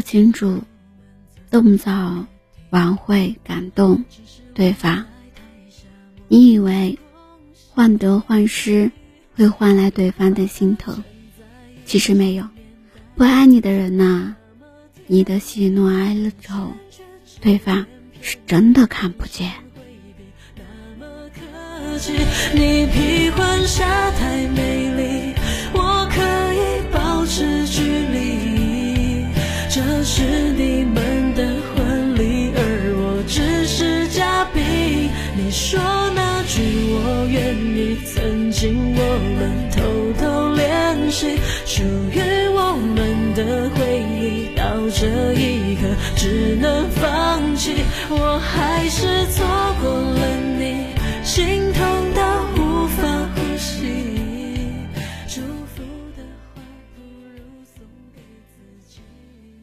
清楚动造挽回感动对方。你以为患得患失会换来对方的心疼，其实没有。不爱你的人呐，你的喜怒哀乐愁，对方是真的看不见。 你披婚纱太美丽，我可以保持距离。这是你们的婚礼，而我只是嘉宾。你说那句我愿意，曾经我们偷偷联系，属于我们的回忆，到这一刻只能放弃。我还是错过了你，心痛到无法呼吸，祝福的话不如送给自己。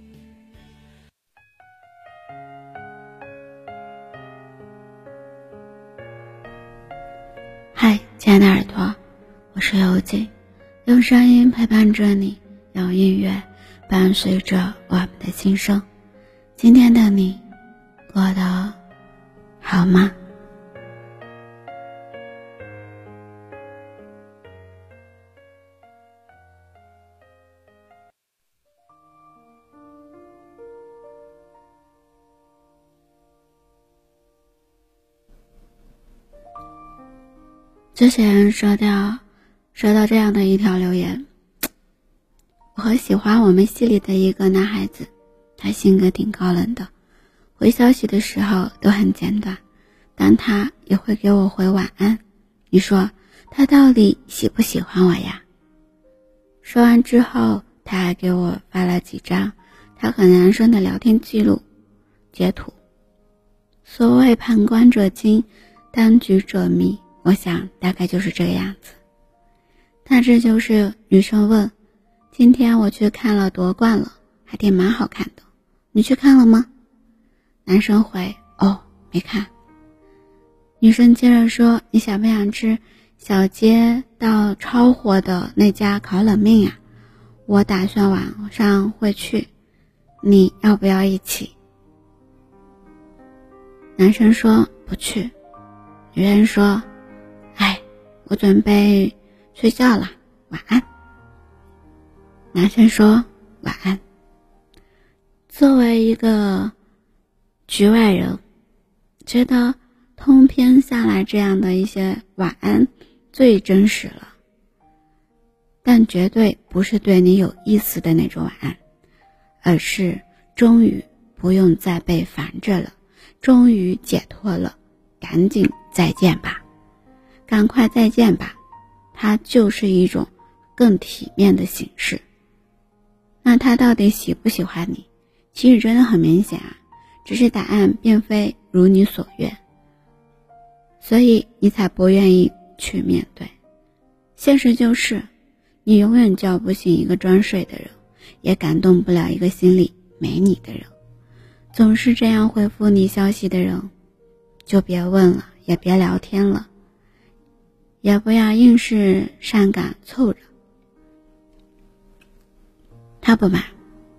嗨，亲爱的耳朵，我是游记，用声音陪伴着你，用音乐伴随着我们的心声。今天的你过得好吗？之前收到这样的一条留言，我很喜欢我们系里的一个男孩子，他性格挺高冷的，回消息的时候都很简短，但他也会给我回晚安。你说他到底喜不喜欢我呀？说完之后，他还给我发了几张他和男生的聊天记录截图。所谓旁观者清，当局者迷，我想大概就是这个样子。大致就是女生问，今天我去看了夺冠了，还挺蛮好看的，你去看了吗？男生回，哦，没看。女生接着说，你想不想吃小街道超火的那家烤冷面呀？我打算晚上会去，你要不要一起？男生说不去。女人说，我准备睡觉了，晚安。男生说晚安。作为一个局外人，觉得通篇下来这样的一些晚安最真实了，但绝对不是对你有意思的那种晚安，而是终于不用再被烦着了，终于解脱了，赶紧再见吧，赶快再见吧，它就是一种更体面的形式。那他到底喜不喜欢你？其实真的很明显啊，只是答案并非如你所愿，所以你才不愿意去面对。现实就是，你永远叫不醒一个装睡的人，也感动不了一个心里没你的人。总是这样回复你消息的人，就别问了，也别聊天了，也不要硬是上赶凑着。他不忙，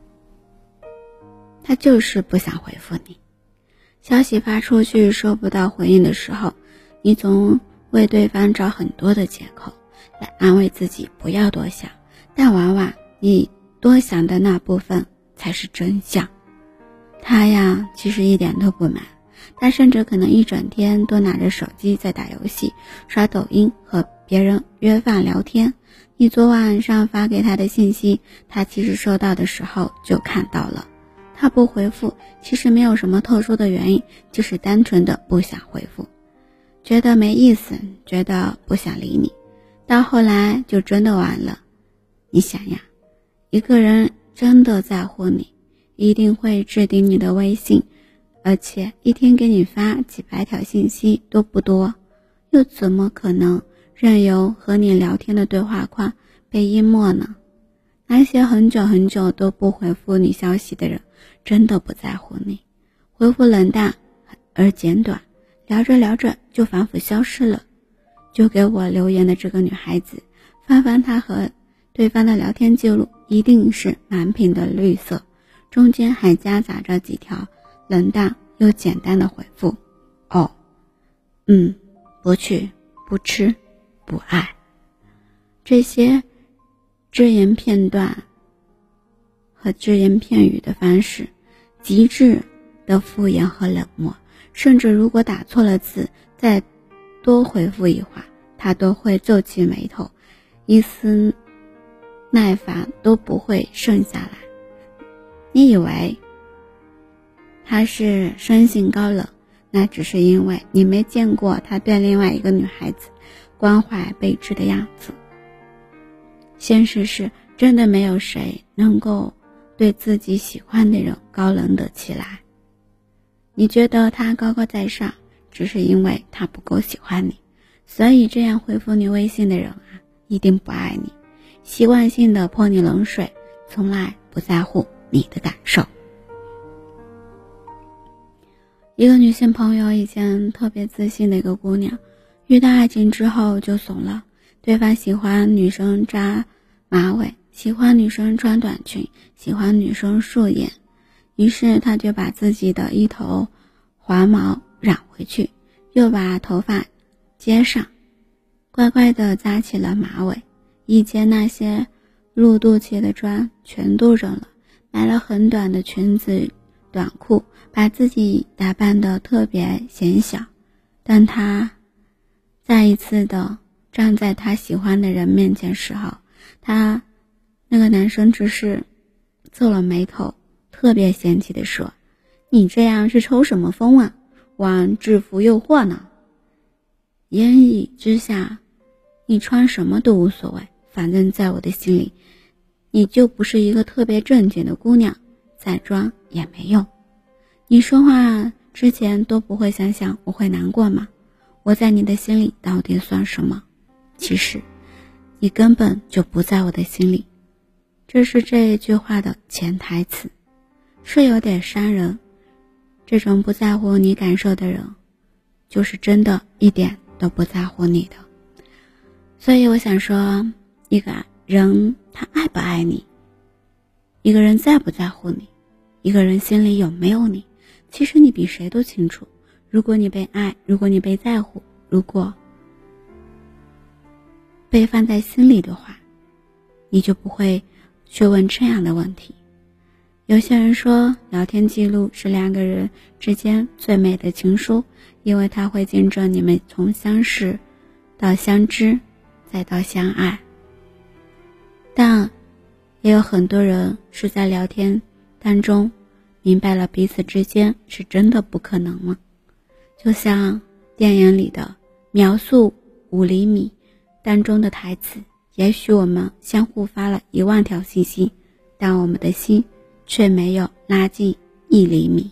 他就是不想回复你。消息发出去收不到回应的时候，你总为对方找很多的借口来安慰自己不要多想，但往往你多想的那部分才是真相。他呀，其实一点都不忙，他甚至可能一整天都拿着手机在打游戏、刷抖音和别人约饭聊天。你昨晚上发给他的信息，他其实收到的时候就看到了。他不回复，其实没有什么特殊的原因，就是单纯的不想回复，觉得没意思，觉得不想理你，到后来就真的完了。你想呀，一个人真的在乎你，一定会置顶你的微信，而且一天给你发几百条信息都不多，又怎么可能任由和你聊天的对话框被淹没呢？那些很久很久都不回复你消息的人，真的不在乎你，回复冷淡而简短，聊着聊着就反复消失了。就给我留言的这个女孩子，翻翻她和对方的聊天记录，一定是满屏的绿色， 中间还夹杂着几条冷淡又简单的回复：哦，不去，不吃，不爱。这些只言片段和只言片语的方式，极致的敷衍和冷漠，甚至如果打错了字，再多回复一话，他都会皱起眉头，一丝耐烦都不会剩下来。你以为他是生性高冷，那只是因为你没见过他对另外一个女孩子关怀备至的样子。现实是，真的没有谁能够对自己喜欢的人高冷得起来。你觉得他高高在上，只是因为他不够喜欢你，所以这样回复你微信的人一定不爱你，习惯性的泼你冷水，从来不在乎你的感受。一个女性朋友以前特别自信的一个姑娘，遇到爱情之后就怂了，对方喜欢女生扎马尾，喜欢女生穿短裙，喜欢女生素颜，于是她就把自己的一头黄毛染回去，又把头发接上，乖乖地扎起了马尾。以前那些露肚脐的妆全都扔了，买了很短的裙子短裤，把自己打扮得特别显小。当她再一次的站在她喜欢的人面前时候，那个男生只是皱了眉头，特别嫌弃地说：你这样是抽什么风啊，玩制服诱惑呢？言语之下，你穿什么都无所谓，反正在我的心里，你就不是一个特别正经的姑娘，再装也没用。你说话之前都不会想想我会难过吗？我在你的心里到底算什么？其实你根本就不在我的心里。这是这一句话的潜台词，是有点伤人。这种不在乎你感受的人，就是真的一点都不在乎你的。所以我想说，一个人他爱不爱你，一个人在不在乎你，一个人心里有没有你，其实你比谁都清楚。如果你被爱，如果你被在乎，如果被放在心里的话，你就不会去问这样的问题。有些人说，聊天记录是两个人之间最美的情书，因为它会见证你们从相识到相知再到相爱。但也有很多人是在聊天当中明白了彼此之间是真的不可能了。就像电影里的描述5厘米当中的台词，也许我们相互发了1万条信息，但我们的心却没有拉近1厘米。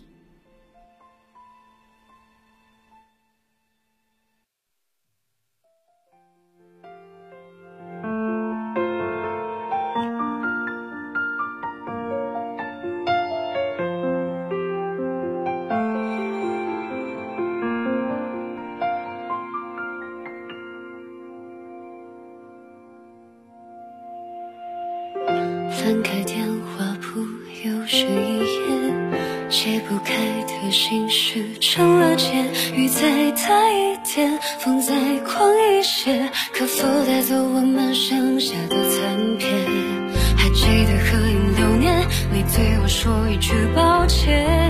翻开电话簿，又是一页，解不开的心事成了结，雨再大一点，风再狂一些，可否带走我们剩下的残片？还记得合影留念，没对我说一句抱歉。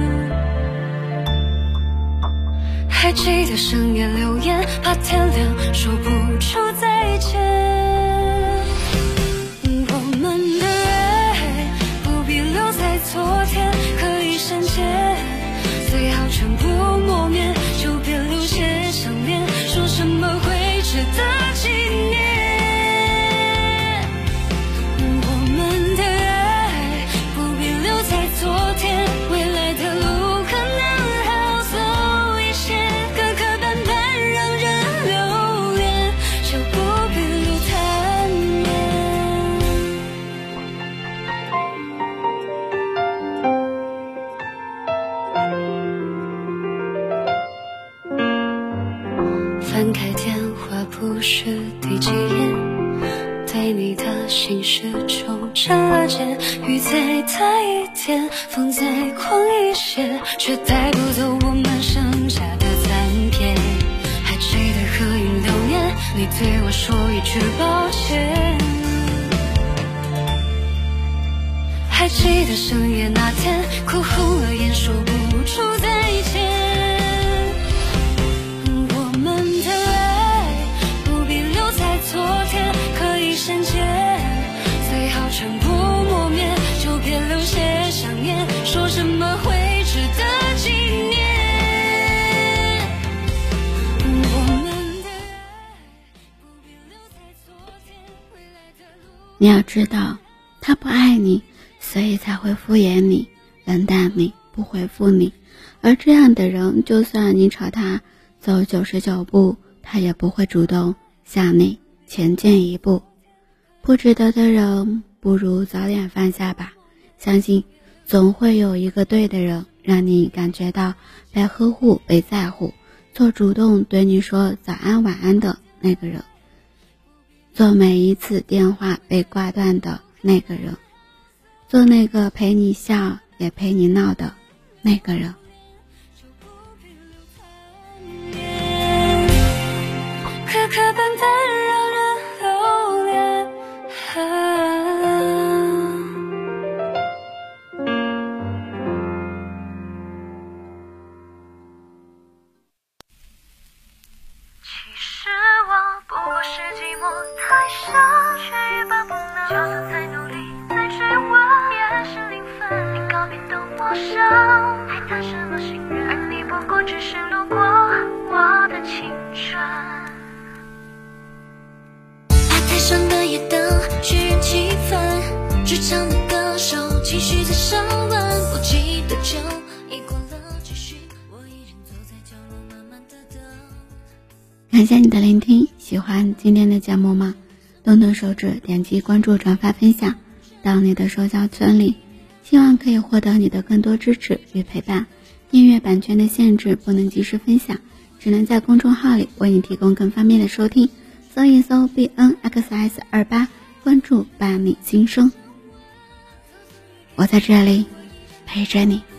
还记得深夜留言，怕天亮说不出再见。昨天可以删减，最好全部磨灭，就别留些想念，说什么会值得纪念。我们的爱不必留在昨天，未来的路可能好走一些，磕磕绊绊让人留恋，就不必留贪念。翻开电话簿是第几页，带爱你的心事终成了茧，雨再大一点，风再狂一些，却带不走我们剩下的残片。还记得合影留念，你对我说一句抱歉。还记得深夜那天，哭红了眼，说不出再见。我们的爱不必留在昨天，可以删减，最好全部磨灭，就别留些想念，说什么会值得纪念。我们的爱不必留在昨天，未来的路。 你要知道，他不爱你，所以才会敷衍你、冷淡你、不回复你。而这样的人，就算你朝他走99步，他也不会主动向你前进一步。不值得的人，不如早点放下吧。相信总会有一个对的人，让你感觉到被呵护、被在乎，做主动对你说早安晚安的那个人，做每一次电话被挂断的那个人，做那个陪你笑也陪你闹的那个人。 磕磕绊绊让人留恋，其实我不过是寂寞太想却欲罢不能，就算再努力再追问也是0分，你告别的陌生还谈什么信任，而你不过只是路过我的青春。台上的夜灯渲染气氛，剧场的歌手情绪在烧温，不记得就已过了继续，我一人坐在角落慢慢的等。 感谢你的聆听，喜欢今天的节目吗？动动手指点击关注、转发、分享到你的社交圈里，希望可以获得你的更多支持与陪伴。音乐版权的限制不能及时分享，只能在公众号里为你提供更方便的收听。搜一搜 BNXS28， 关注伴你心声，我在这里陪着你。